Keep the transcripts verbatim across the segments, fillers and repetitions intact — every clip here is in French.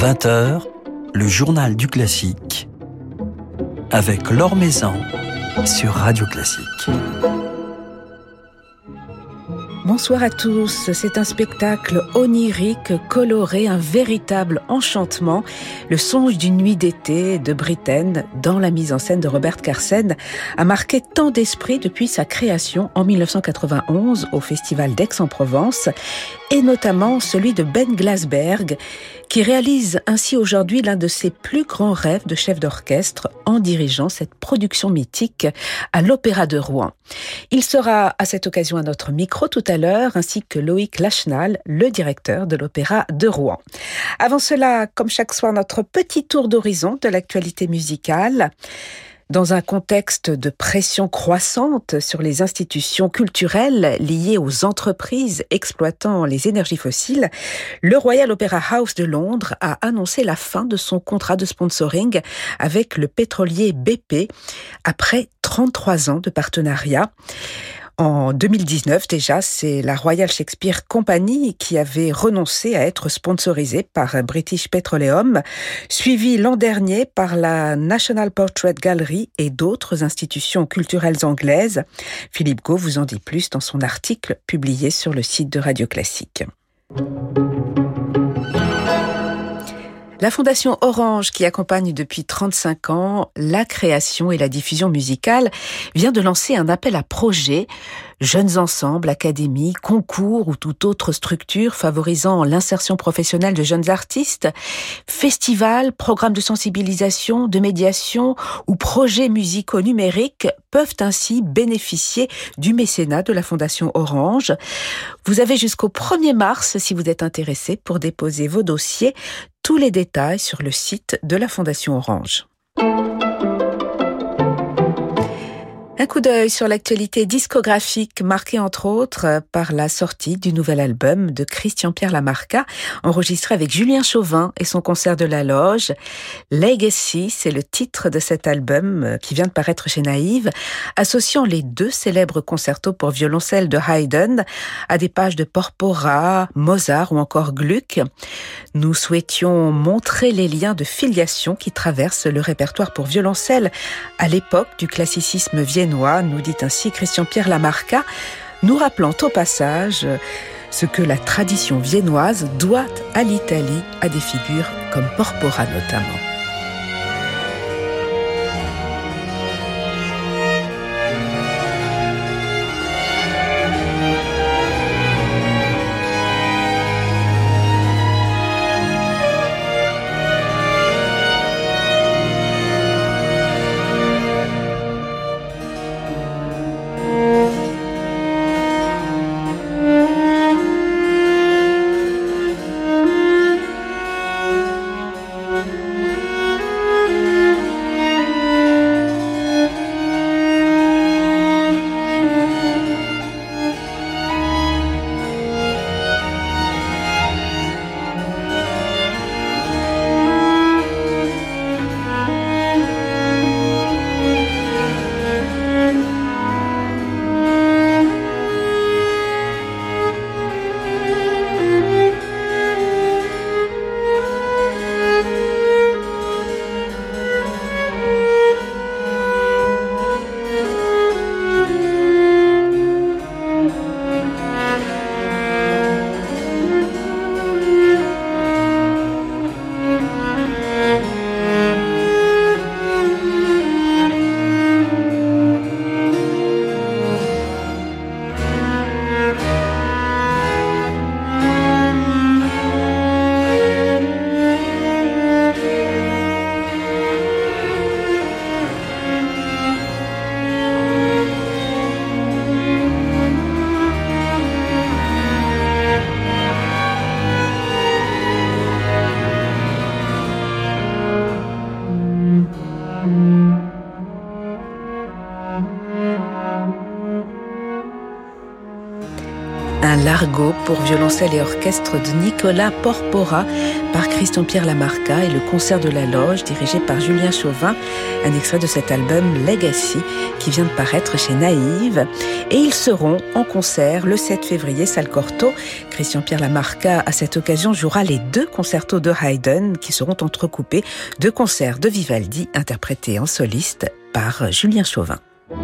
vingt heures, le journal du classique avec Laure Maison sur Radio Classique. Bonsoir à tous, c'est un spectacle onirique, coloré, un véritable enchantement. Le songe d'une nuit d'été de Britten, dans la mise en scène de Robert Carsen, a marqué tant d'esprits depuis sa création en dix-neuf cent quatre-vingt-onze au Festival d'Aix-en-Provence, et notamment celui de Ben Glasberg, qui réalise ainsi aujourd'hui l'un de ses plus grands rêves de chef d'orchestre en dirigeant cette production mythique à l'Opéra de Rouen. Il sera à cette occasion à notre micro tout à l'heure, ainsi que Loïc Lachenal, le directeur de l'Opéra de Rouen. Avant cela, comme chaque soir, notre petit tour d'horizon de l'actualité musicale. Dans un contexte de pression croissante sur les institutions culturelles liées aux entreprises exploitant les énergies fossiles, le Royal Opera House de Londres a annoncé la fin de son contrat de sponsoring avec le pétrolier B P après trente-trois ans de partenariat. En deux mille dix-neuf déjà, c'est la Royal Shakespeare Company qui avait renoncé à être sponsorisée par British Petroleum, suivie l'an dernier par la National Portrait Gallery et d'autres institutions culturelles anglaises. Philippe Gau vous en dit plus dans son article publié sur le site de Radio Classique. La Fondation Orange, qui accompagne depuis trente-cinq ans la création et la diffusion musicale, vient de lancer un appel à projets. Jeunes ensembles, académies, concours ou toute autre structure favorisant l'insertion professionnelle de jeunes artistes, festivals, programmes de sensibilisation, de médiation ou projets musicaux numériques peuvent ainsi bénéficier du mécénat de la Fondation Orange. Vous avez jusqu'au premier mars, si vous êtes intéressé, pour déposer vos dossiers. Tous les détails sur le site de la Fondation Orange. Un coup d'œil sur l'actualité discographique marquée entre autres par la sortie du nouvel album de Christian-Pierre Lamarca, enregistré avec Julien Chauvin et son concert de la Loge. Legacy, c'est le titre de cet album qui vient de paraître chez Naïve, associant les deux célèbres concertos pour violoncelle de Haydn à des pages de Porpora, Mozart ou encore Gluck. Nous souhaitions montrer les liens de filiation qui traversent le répertoire pour violoncelle à l'époque du classicisme viennois, nous dit ainsi Christian-Pierre Lamarca, nous rappelant au passage ce que la tradition viennoise doit à l'Italie, à des figures comme Porpora notamment. Largo pour violoncelle et orchestre de Nicolas Porpora par Christian-Pierre Lamarca et le concert de la Loge dirigé par Julien Chauvin, un extrait de cet album Legacy qui vient de paraître chez Naïve. Et ils seront en concert le sept février, salle Cortot. Christian-Pierre Lamarca, à cette occasion, jouera les deux concertos de Haydn qui seront entrecoupés de concerts de Vivaldi interprétés en soliste par Julien Chauvin.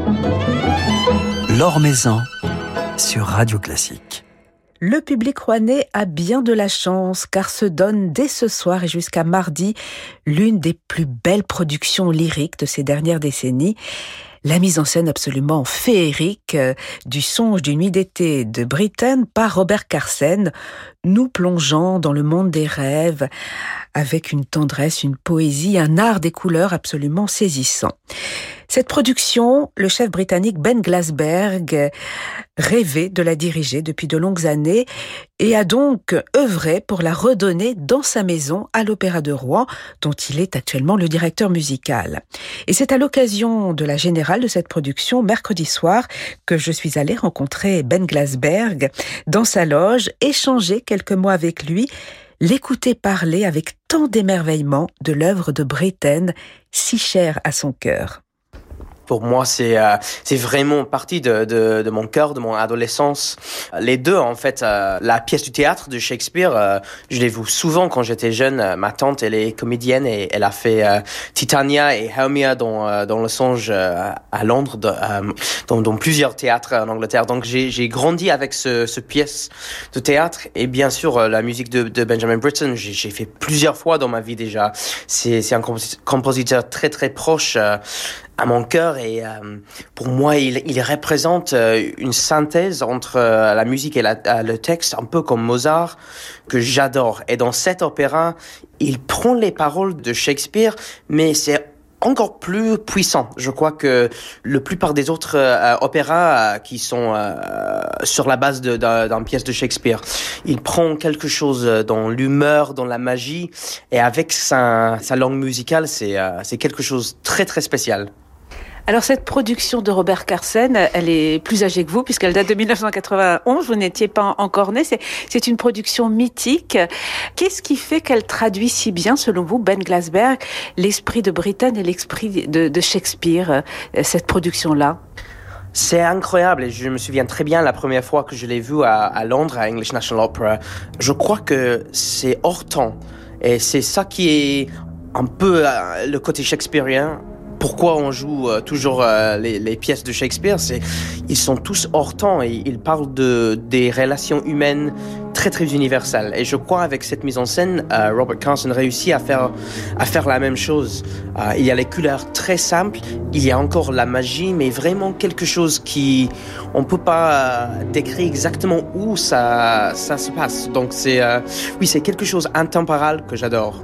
Laure Maison sur Radio Classique. Le public rouennais a bien de la chance car se donne dès ce soir et jusqu'à mardi l'une des plus belles productions lyriques de ces dernières décennies. La mise en scène absolument féerique du Songe d'une nuit d'été de Britten par Robert Carsen, nous plongeant dans le monde des rêves avec une tendresse, une poésie, un art des couleurs absolument saisissant. Cette production, le chef britannique Ben Glasberg rêvait de la diriger depuis de longues années et a donc œuvré pour la redonner dans sa maison à l'Opéra de Rouen, dont il est actuellement le directeur musical. Et c'est à l'occasion de la générale de cette production, mercredi soir, que je suis allée rencontrer Ben Glasberg dans sa loge, échanger quelques mots avec lui, l'écouter parler avec tant d'émerveillement de l'œuvre de Britten, si chère à son cœur. Pour moi, c'est euh, c'est vraiment partie de, de de mon cœur, de mon adolescence. Les deux, en fait, euh, la pièce du théâtre de Shakespeare, euh, je l'ai vue souvent quand j'étais jeune. Ma tante, elle est comédienne et elle a fait euh, Titania et Hermia dans euh, dans le Songe euh, à Londres, de, euh, dans, dans plusieurs théâtres en Angleterre. Donc j'ai j'ai grandi avec ce ce pièce de théâtre et bien sûr euh, la musique de de Benjamin Britten. J'ai j'ai fait plusieurs fois dans ma vie déjà. C'est c'est un compositeur très très proche Euh, à mon cœur et euh, pour moi il, il représente euh, une synthèse entre euh, la musique et la, euh, le texte, un peu comme Mozart, que j'adore. Et dans cet opéra, il prend les paroles de Shakespeare, mais c'est encore plus puissant. Je crois que la plupart des autres euh, opéras euh, qui sont euh, sur la base de, de, d'une pièce de Shakespeare, il prend quelque chose dans l'humeur, dans la magie, et avec sa, sa langue musicale, c'est, euh, c'est quelque chose de très très spécial. Alors cette production de Robert Carsen, elle est plus âgée que vous puisqu'elle date de dix-neuf cent quatre-vingt-onze, vous n'étiez pas encore né, c'est, c'est une production mythique. Qu'est-ce qui fait qu'elle traduit si bien, selon vous, Ben Glasberg, l'esprit de Britten et l'esprit de, de Shakespeare, cette production-là ? C'est incroyable et je me souviens très bien la première fois que je l'ai vu à, à Londres, à English National Opera. Je crois que c'est hors temps et c'est ça qui est un peu euh, le côté shakespearien. Pourquoi on joue euh, toujours euh, les, les pièces de Shakespeare, c'est ils sont tous hors temps et ils parlent de des relations humaines très très universelles. Et je crois avec cette mise en scène, euh, Robert Carsen réussit à faire à faire la même chose. Euh, il y a les couleurs très simples, il y a encore la magie, mais vraiment quelque chose qui on peut pas euh, décrire exactement où ça ça se passe. Donc c'est euh, oui c'est quelque chose intemporel que j'adore.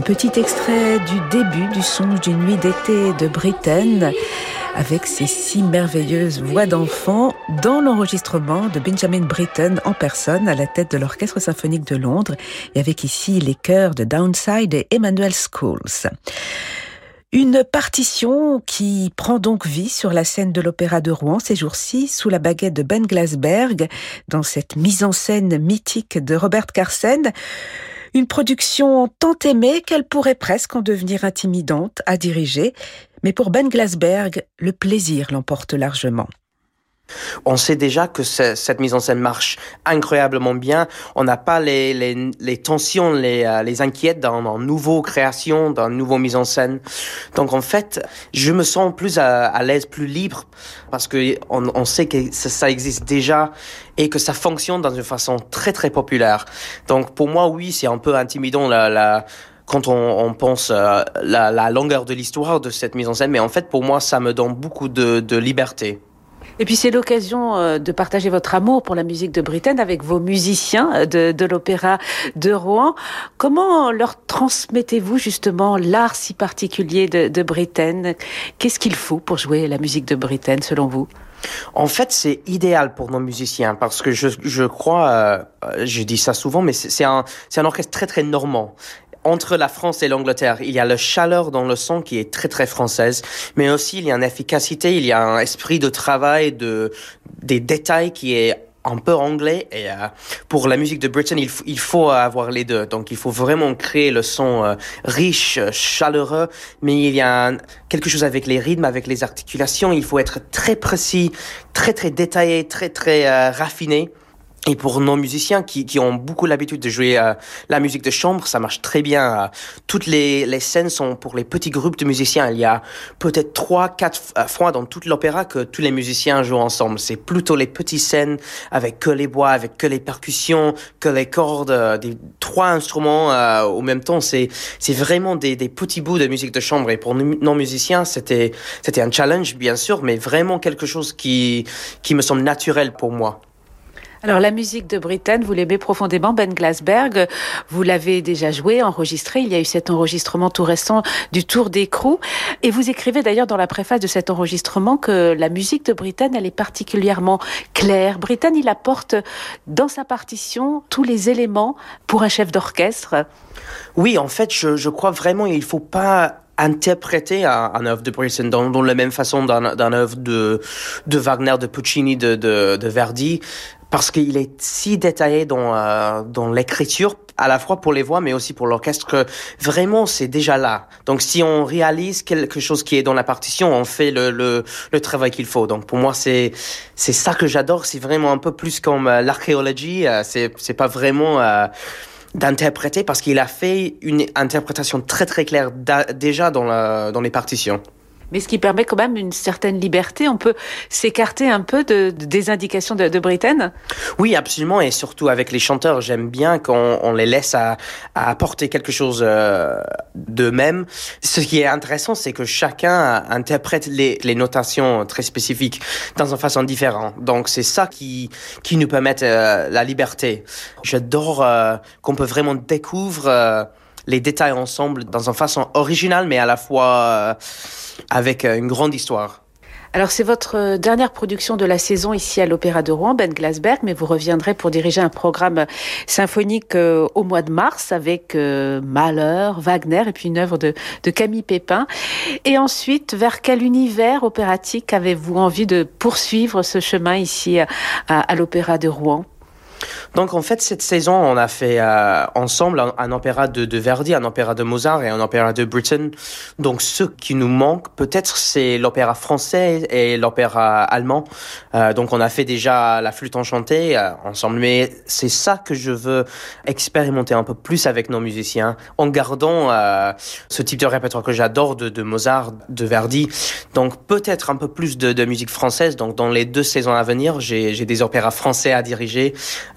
petit extrait du début du songe d'une nuit d'été de Britten, avec ses six merveilleuses voix d'enfants dans l'enregistrement de Benjamin Britten en personne à la tête de l'Orchestre symphonique de Londres et avec ici les chœurs de Downside et Emmanuel Scholes. Une partition qui prend donc vie sur la scène de l'Opéra de Rouen ces jours-ci, sous la baguette de Ben Glasberg, dans cette mise en scène mythique de Robert Carsen. Une production tant aimée qu'elle pourrait presque en devenir intimidante à diriger. Mais pour Ben Glasberg, le plaisir l'emporte largement. On sait déjà que cette mise en scène marche incroyablement bien. On n'a pas les, les, les tensions, les, euh, les inquiètes dans, dans nouveau création, dans nouveau mise en scène. Donc en fait, je me sens plus à, à l'aise, plus libre, parce que on, on sait que ça, ça existe déjà et que ça fonctionne dans une façon très très populaire. Donc pour moi, oui, c'est un peu intimidant la, la quand on, on pense euh, la, la longueur de l'histoire de cette mise en scène, mais en fait pour moi, ça me donne beaucoup de, de liberté. Et puis c'est l'occasion de partager votre amour pour la musique de Britten avec vos musiciens de, de l'Opéra de Rouen. Comment leur transmettez-vous justement l'art si particulier de, de Britten ? Qu'est-ce qu'il faut pour jouer la musique de Britten selon vous ? En fait, c'est idéal pour nos musiciens parce que je, je crois, euh, je dis ça souvent, mais c'est, c'est, un, c'est un orchestre très très normand. Entre la France et l'Angleterre, il y a la chaleur dans le son qui est très très française, mais aussi il y a une efficacité, il y a un esprit de travail, de des détails qui est un peu anglais. Et euh, pour la musique de Britten, il, f- il faut avoir les deux. Donc il faut vraiment créer le son euh, riche, chaleureux, mais il y a un, quelque chose avec les rythmes, avec les articulations. Il faut être très précis, très très détaillé, très très euh, raffiné. Et pour nos musiciens qui, qui ont beaucoup l'habitude de jouer euh, la musique de chambre, ça marche très bien. Euh, toutes les, les scènes sont pour les petits groupes de musiciens. Il y a peut-être trois, quatre fois dans toute l'opéra que tous les musiciens jouent ensemble. C'est plutôt les petites scènes avec que les bois, avec que les percussions, que les cordes, euh, des trois instruments euh, au même temps. C'est, c'est vraiment des, des petits bouts de musique de chambre. Et pour nos musiciens, c'était, c'était un challenge, bien sûr, mais vraiment quelque chose qui, qui me semble naturel pour moi. Alors la musique de Britten, vous l'aimez profondément, Ben Glasberg, vous l'avez déjà joué, enregistré, il y a eu cet enregistrement tout récent du Tour d'écrou, et vous écrivez d'ailleurs dans la préface de cet enregistrement que la musique de Britten, elle est particulièrement claire. Britten, il apporte dans sa partition tous les éléments pour un chef d'orchestre. Oui, en fait, je, je crois vraiment qu'il ne faut pas interpréter un, un œuvre de Britten dans, dans la même façon d'un, d'un œuvre de, de Wagner, de Puccini, de, de, de Verdi, parce qu'il est si détaillé dans, euh, dans l'écriture, à la fois pour les voix, mais aussi pour l'orchestre, que vraiment, c'est déjà là. Donc, si on réalise quelque chose qui est dans la partition, on fait le, le, le travail qu'il faut. Donc, pour moi, c'est, c'est ça que j'adore. C'est vraiment un peu plus comme euh, l'archéologie. Euh, c'est, c'est pas vraiment euh, d'interpréter, parce qu'il a fait une interprétation très, très claire da, déjà dans, la, dans les partitions. Mais ce qui permet quand même une certaine liberté. On peut s'écarter un peu de, de, des indications de, de Britten. Oui, absolument. Et surtout avec les chanteurs, j'aime bien qu'on on les laisse à, à apporter quelque chose euh, d'eux-mêmes. Ce qui est intéressant, c'est que chacun interprète les, les notations très spécifiques dans une façon différente. Donc, c'est ça qui, qui nous permet euh, la liberté. J'adore euh, qu'on peut vraiment découvrir euh, les détails ensemble dans une façon originale, mais à la fois euh, avec une grande histoire. Alors c'est votre dernière production de la saison ici à l'Opéra de Rouen, Ben Glasberg, mais vous reviendrez pour diriger un programme symphonique au mois de mars avec Mahler, Wagner et puis une œuvre de, de Camille Pépin. Et ensuite, vers quel univers opératique avez-vous envie de poursuivre ce chemin ici à, à, à l'Opéra de Rouen ? Donc en fait, cette saison, on a fait euh, ensemble un, un opéra de, de Verdi, un opéra de Mozart et un opéra de Britten. Donc ce qui nous manque, peut-être, c'est l'opéra français et l'opéra allemand. Euh, donc on a fait déjà la flûte enchantée euh, ensemble, mais c'est ça que je veux expérimenter un peu plus avec nos musiciens, en gardant euh, ce type de répertoire que j'adore de, de Mozart, de Verdi. Donc peut-être un peu plus de, de musique française. Donc dans les deux saisons à venir, j'ai, j'ai des opéras français à diriger.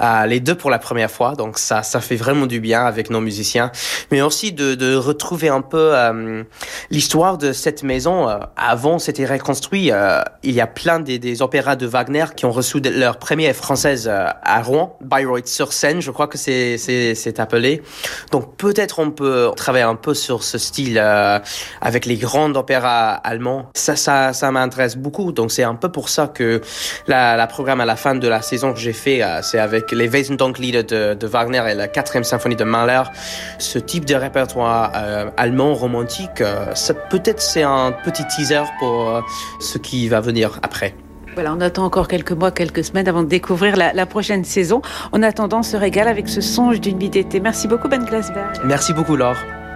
euh, les deux pour la première fois. Donc ça, ça fait vraiment du bien avec nos musiciens. Mais aussi de, de retrouver un peu euh, l'histoire de cette maison. Euh, avant, c'était reconstruit. Euh, il y a plein des, des opéras de Wagner qui ont reçu de, leur première française euh, à Rouen, Bayreuth-sur-Seine, je crois que c'est, c'est, c'est appelé. Donc peut-être on peut travailler un peu sur ce style euh, avec les grands opéras allemands. Ça, ça, ça m'intéresse beaucoup. Donc c'est un peu pour ça que la, la programme à la fin de la saison que j'ai fait, euh, c'est avec les Wesendonck-Lieder de, de Wagner et la quatrième symphonie de Mahler. Ce type de répertoire euh, allemand romantique, euh, ça, peut-être c'est un petit teaser pour euh, ce qui va venir après. Voilà, on attend encore quelques mois, quelques semaines avant de découvrir la, la prochaine saison. En attendant, on se régale avec ce songe d'une nuit d'été. Merci beaucoup, Ben Glasberg. Merci beaucoup, Laure.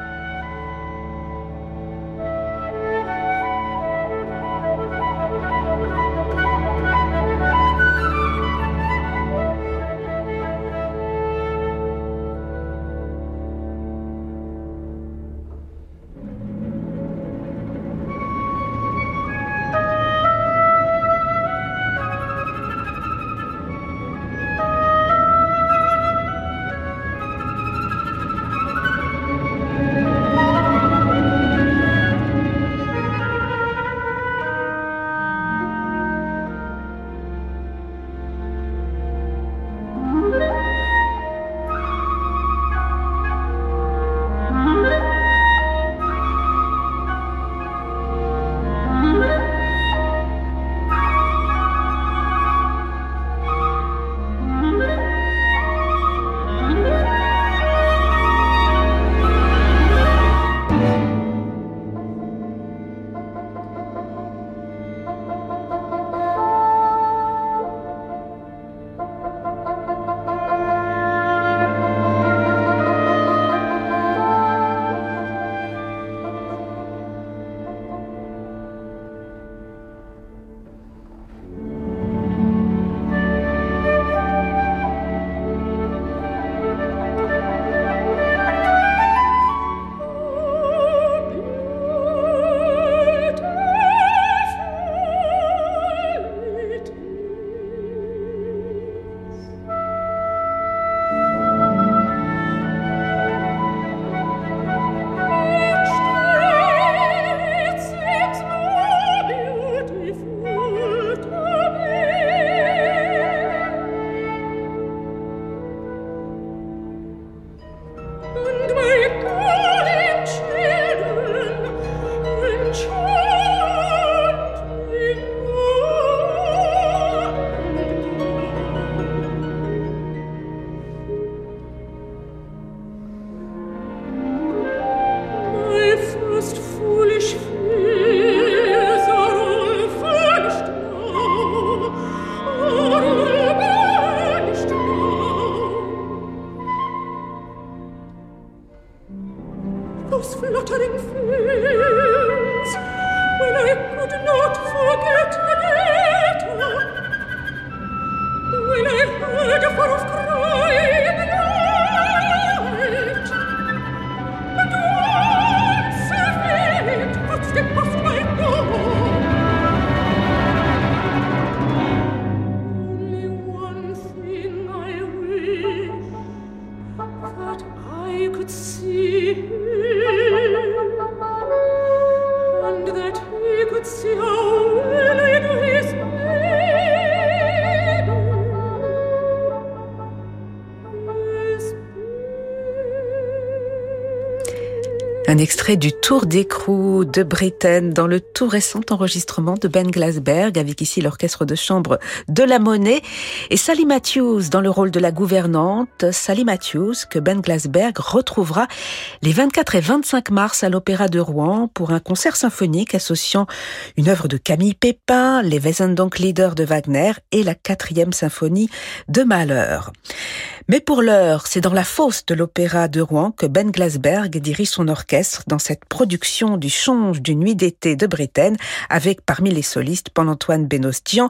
Un extrait du Tour d'écrou de Britten dans le tout récent enregistrement de Ben Glasberg, avec ici l'orchestre de chambre de la Monnaie et Sally Matthews dans le rôle de la gouvernante. Sally Matthews que Ben Glasberg retrouvera les vingt-quatre et vingt-cinq mars à l'Opéra de Rouen pour un concert symphonique associant une œuvre de Camille Pépin, les Wesendonck-Lieder de Wagner et la quatrième symphonie de Mahler. Mais pour l'heure, c'est dans la fosse de l'Opéra de Rouen que Ben Glasberg dirige son orchestre dans cette production du Songe d'une nuit d'été de Britten, avec parmi les solistes Paul-Antoine Benostian,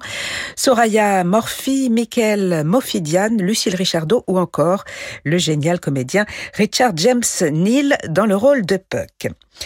Soraya Morphy, Michael Mofidian, Lucille Richardot ou encore le génial comédien Richard James Neal dans le rôle de Puck.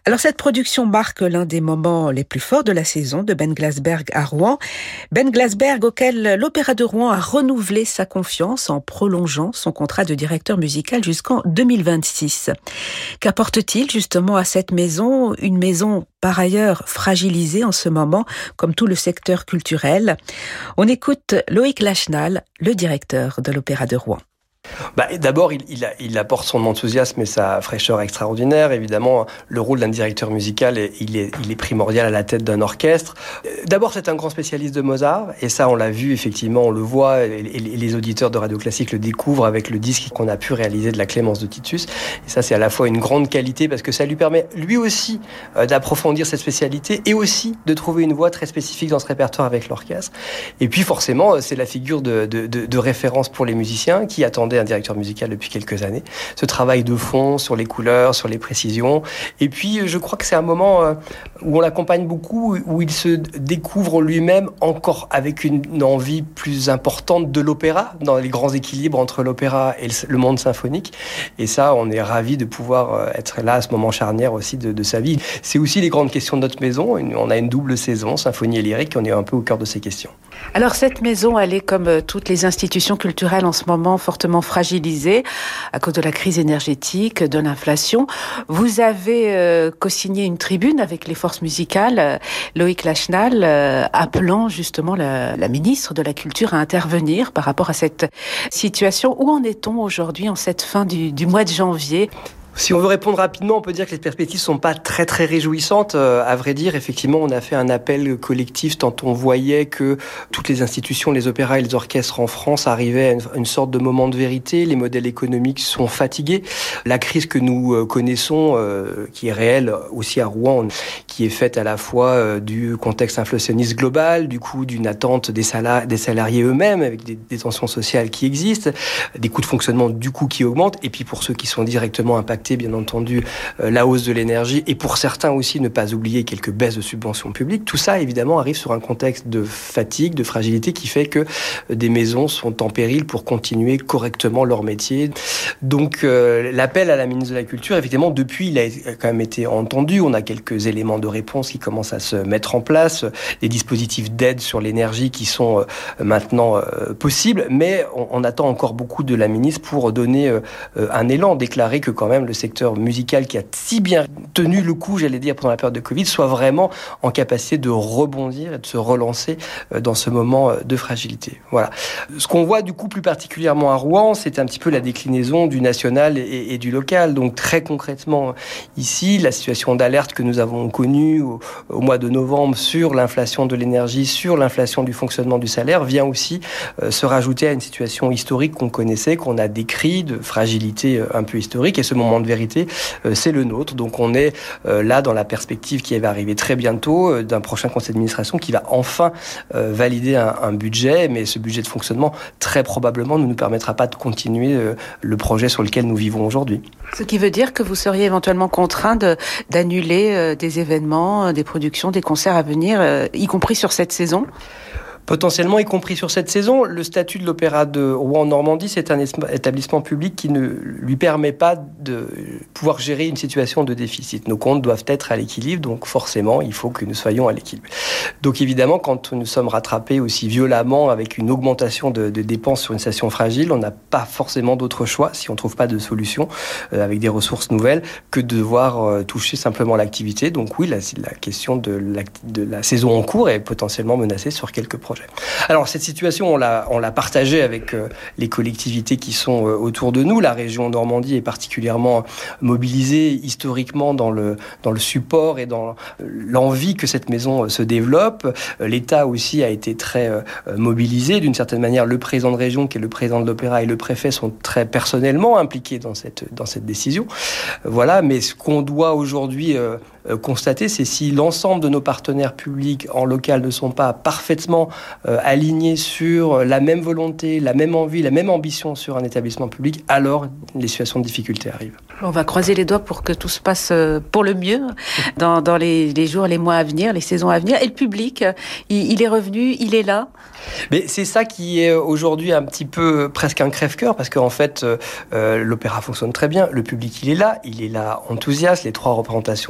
Alors cette production marque l'un des moments les plus forts de la saison de Ben Glassberg à Rouen. Ben Glassberg auquel l'Opéra de Rouen a renouvelé sa confiance en prolongeant son contrat de directeur musical jusqu'en deux mille vingt-six. Qu'apporte-t-il justement à cette maison, une maison par ailleurs fragilisée en ce moment, comme tout le secteur culturel? On écoute Loïc Lachenal, le directeur de l'Opéra de Rouen. Bah, d'abord, il, il, il apporte son enthousiasme et sa fraîcheur extraordinaire. Évidemment, le rôle d'un directeur musical, est, il, est, il est primordial à la tête d'un orchestre. D'abord, c'est un grand spécialiste de Mozart, et ça, on l'a vu, effectivement, on le voit, et, et les auditeurs de Radio Classique le découvrent avec le disque qu'on a pu réaliser de la Clémence de Titus. Et ça, c'est à la fois une grande qualité, parce que ça lui permet, lui aussi, euh, d'approfondir cette spécialité, et aussi de trouver une voix très spécifique dans ce répertoire avec l'orchestre. Et puis, forcément, c'est la figure de, de, de, de référence pour les musiciens qui attendaient un directeur musical depuis quelques années. Ce travail de fond sur les couleurs, sur les précisions. Et puis, je crois que c'est un moment où on l'accompagne beaucoup, où il se découvre lui-même encore avec une envie plus importante de l'opéra, dans les grands équilibres entre l'opéra et le monde symphonique. Et ça, on est ravis de pouvoir être là à ce moment charnière aussi de, de sa vie. C'est aussi les grandes questions de notre maison. On a une double saison, symphonie et lyrique, on est un peu au cœur de ces questions. Alors, cette maison, elle est comme toutes les institutions culturelles en ce moment fortement fragilisée à cause de la crise énergétique, de l'inflation. Vous avez euh, co-signé une tribune avec les forces musicales, euh, Loïc Lachenal, euh, appelant justement la, la ministre de la Culture à intervenir par rapport à cette situation. Où en est-on aujourd'hui en cette fin du, du mois de janvier ? Si on veut répondre rapidement, on peut dire que les perspectives sont pas très très réjouissantes. Euh, à vrai dire, effectivement, on a fait un appel collectif tant on voyait que toutes les institutions, les opéras et les orchestres en France arrivaient à une, une sorte de moment de vérité. Les modèles économiques sont fatigués. La crise que nous connaissons, euh, qui est réelle aussi à Rouen, qui est faite à la fois euh, du contexte inflationniste global, du coup d'une attente des, sala- des salariés eux-mêmes avec des, des tensions sociales qui existent, des coûts de fonctionnement du coup qui augmentent, et puis pour ceux qui sont directement impactés, bien entendu, euh, la hausse de l'énergie, et pour certains aussi, ne pas oublier quelques baisses de subventions publiques. Tout ça, évidemment, arrive sur un contexte de fatigue, de fragilité, qui fait que euh, des maisons sont en péril pour continuer correctement leur métier. Donc, euh, l'appel à la ministre de la Culture, évidemment, depuis, il a quand même été entendu. On a quelques éléments de réponse qui commencent à se mettre en place, des dispositifs d'aide sur l'énergie qui sont euh, maintenant euh, possibles, mais on, on attend encore beaucoup de la ministre pour donner euh, un élan, déclarer que quand même le secteur musical qui a si bien tenu le coup, j'allais dire, pendant la période de Covid, soit vraiment en capacité de rebondir et de se relancer dans ce moment de fragilité. Voilà. Ce qu'on voit du coup plus particulièrement à Rouen, c'est un petit peu la déclinaison du national et, et du local. Donc très concrètement, ici, la situation d'alerte que nous avons connue au, au mois de novembre sur l'inflation de l'énergie, sur l'inflation du fonctionnement du salaire, vient aussi euh, se rajouter à une situation historique qu'on connaissait, qu'on a décrit, de fragilité euh, un peu historique. Et ce moment de vérité, euh, c'est le nôtre. Donc on est euh, là dans la perspective qui va arriver très bientôt euh, d'un prochain conseil d'administration qui va enfin euh, valider un, un budget, mais ce budget de fonctionnement très probablement ne nous permettra pas de continuer euh, le projet sur lequel nous vivons aujourd'hui. Ce qui veut dire que vous seriez éventuellement contraint de, d'annuler euh, des événements, euh, des productions, des concerts à venir, euh, y compris sur cette saison ? Potentiellement, y compris sur cette saison. Le statut de l'Opéra de Rouen-Normandie, c'est un établissement public qui ne lui permet pas de pouvoir gérer une situation de déficit. Nos comptes doivent être à l'équilibre, donc forcément, il faut que nous soyons à l'équilibre. Donc évidemment, quand nous sommes rattrapés aussi violemment avec une augmentation de, de dépenses sur une station fragile, on n'a pas forcément d'autre choix, si on ne trouve pas de solution euh, avec des ressources nouvelles, que de devoir euh, toucher simplement l'activité. Donc oui, la, la question de la, de la saison en cours est potentiellement menacée sur quelques projets. Alors cette situation, on l'a, on l'a partagée avec euh, les collectivités qui sont euh, autour de nous. La région Normandie est particulièrement mobilisée historiquement dans le, dans le support et dans l'envie que cette maison euh, se développe. Euh, L'État aussi a été très euh, mobilisé. D'une certaine manière, le président de région, qui est le président de l'Opéra, et le préfet sont très personnellement impliqués dans cette, dans cette décision. Euh, voilà, mais ce qu'on doit aujourd'hui euh, euh, constater, c'est si l'ensemble de nos partenaires publics en local ne sont pas parfaitement euh, alignés sur la même volonté, la même envie, la même ambition sur un établissement public, alors les situations de difficulté arrivent. On va croiser les doigts pour que tout se passe pour le mieux dans, dans les, les jours, les mois à venir, les saisons à venir. Et le public, il, il est revenu, il est là. Mais c'est ça qui est aujourd'hui un petit peu presque un crève-cœur, parce qu'en fait, euh, l'opéra fonctionne très bien, le public il est là, il est là enthousiaste, les trois représentations du Songe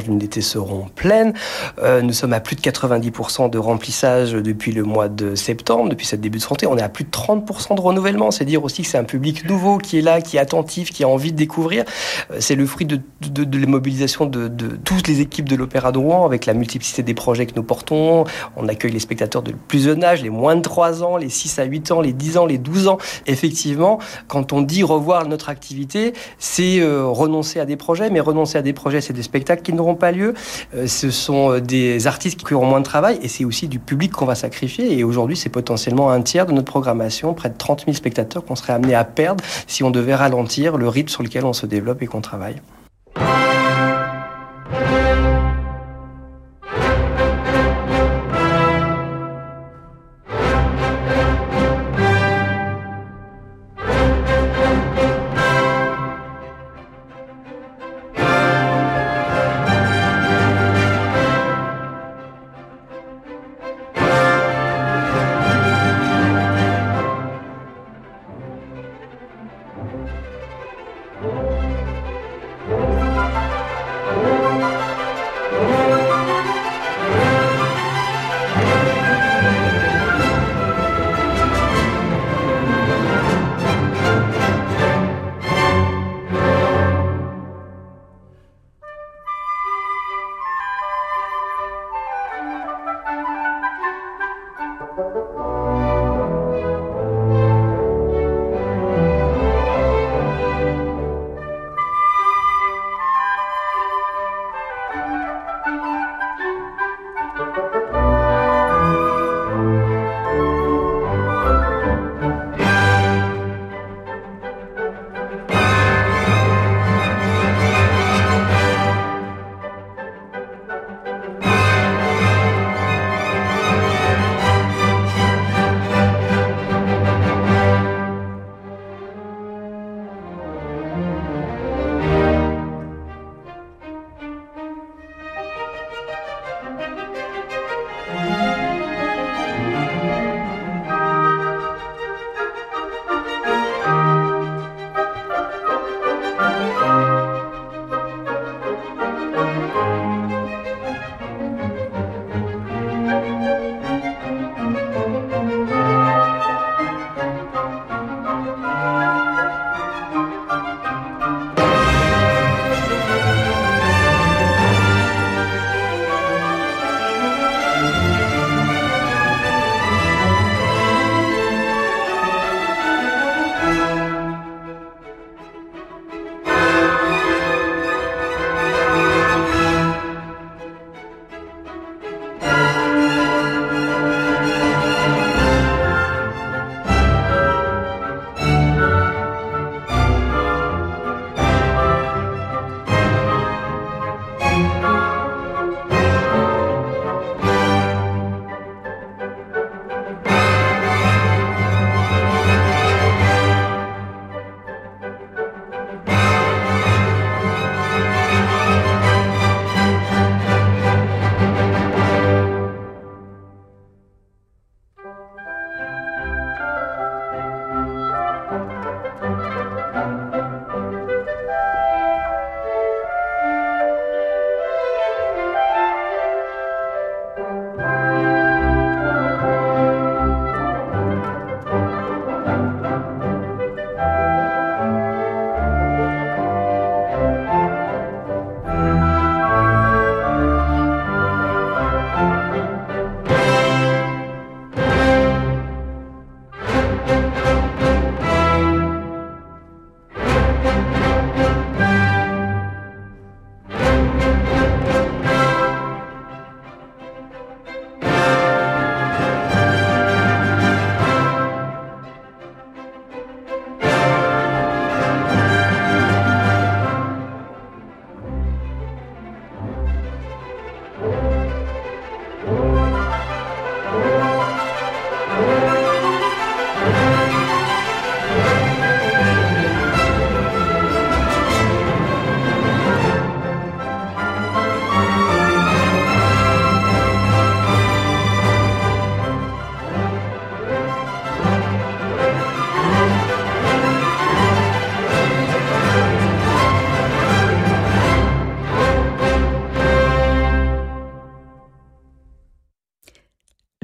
du Nuit d'été seront pleines. Euh, nous sommes à plus de quatre-vingt-dix pour cent de remplissage depuis le mois de septembre, depuis cette début de rentrée. On est à plus de trente pour cent de renouvellement. C'est dire aussi que c'est un public nouveau qui est là, qui est attentif, qui a envie de découvrir. Euh, c'est le fruit de, de, de la mobilisation de, de toutes les équipes de l'Opéra de Rouen, avec la multiplicité des projets que nous portons. On accueille les spectateurs de plus jeune âge, les moins de trois ans, les six à huit ans, les dix ans, les douze ans. Effectivement, quand on dit revoir notre activité, c'est euh, renoncer à des projets, mais renoncer à des projets, c'est des spectacles qui n'auront pas lieu. Euh, ce sont des artistes qui auront moins de travail, et c'est aussi du public qu'on va sacrifier. Et aujourd'hui, c'est potentiellement un tiers de notre programmation, près de trente mille spectateurs qu'on serait amené à perdre si on devait ralentir le rythme sur lequel on se développe et qu'on travaille. Thank you.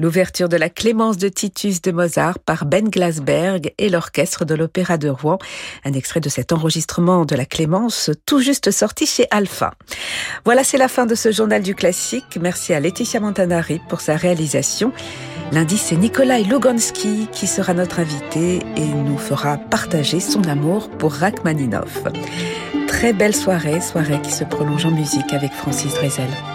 L'ouverture de la Clémence de Titus de Mozart par Ben Glasberg et l'orchestre de l'Opéra de Rouen. Un extrait de cet enregistrement de la Clémence tout juste sorti chez Alpha. Voilà, c'est la fin de ce journal du classique. Merci à Laetitia Montanari pour sa réalisation. Lundi, c'est Nikolai Lugansky qui sera notre invité et nous fera partager son amour pour Rachmaninov. Très belle soirée, soirée qui se prolonge en musique avec Francis Drezel.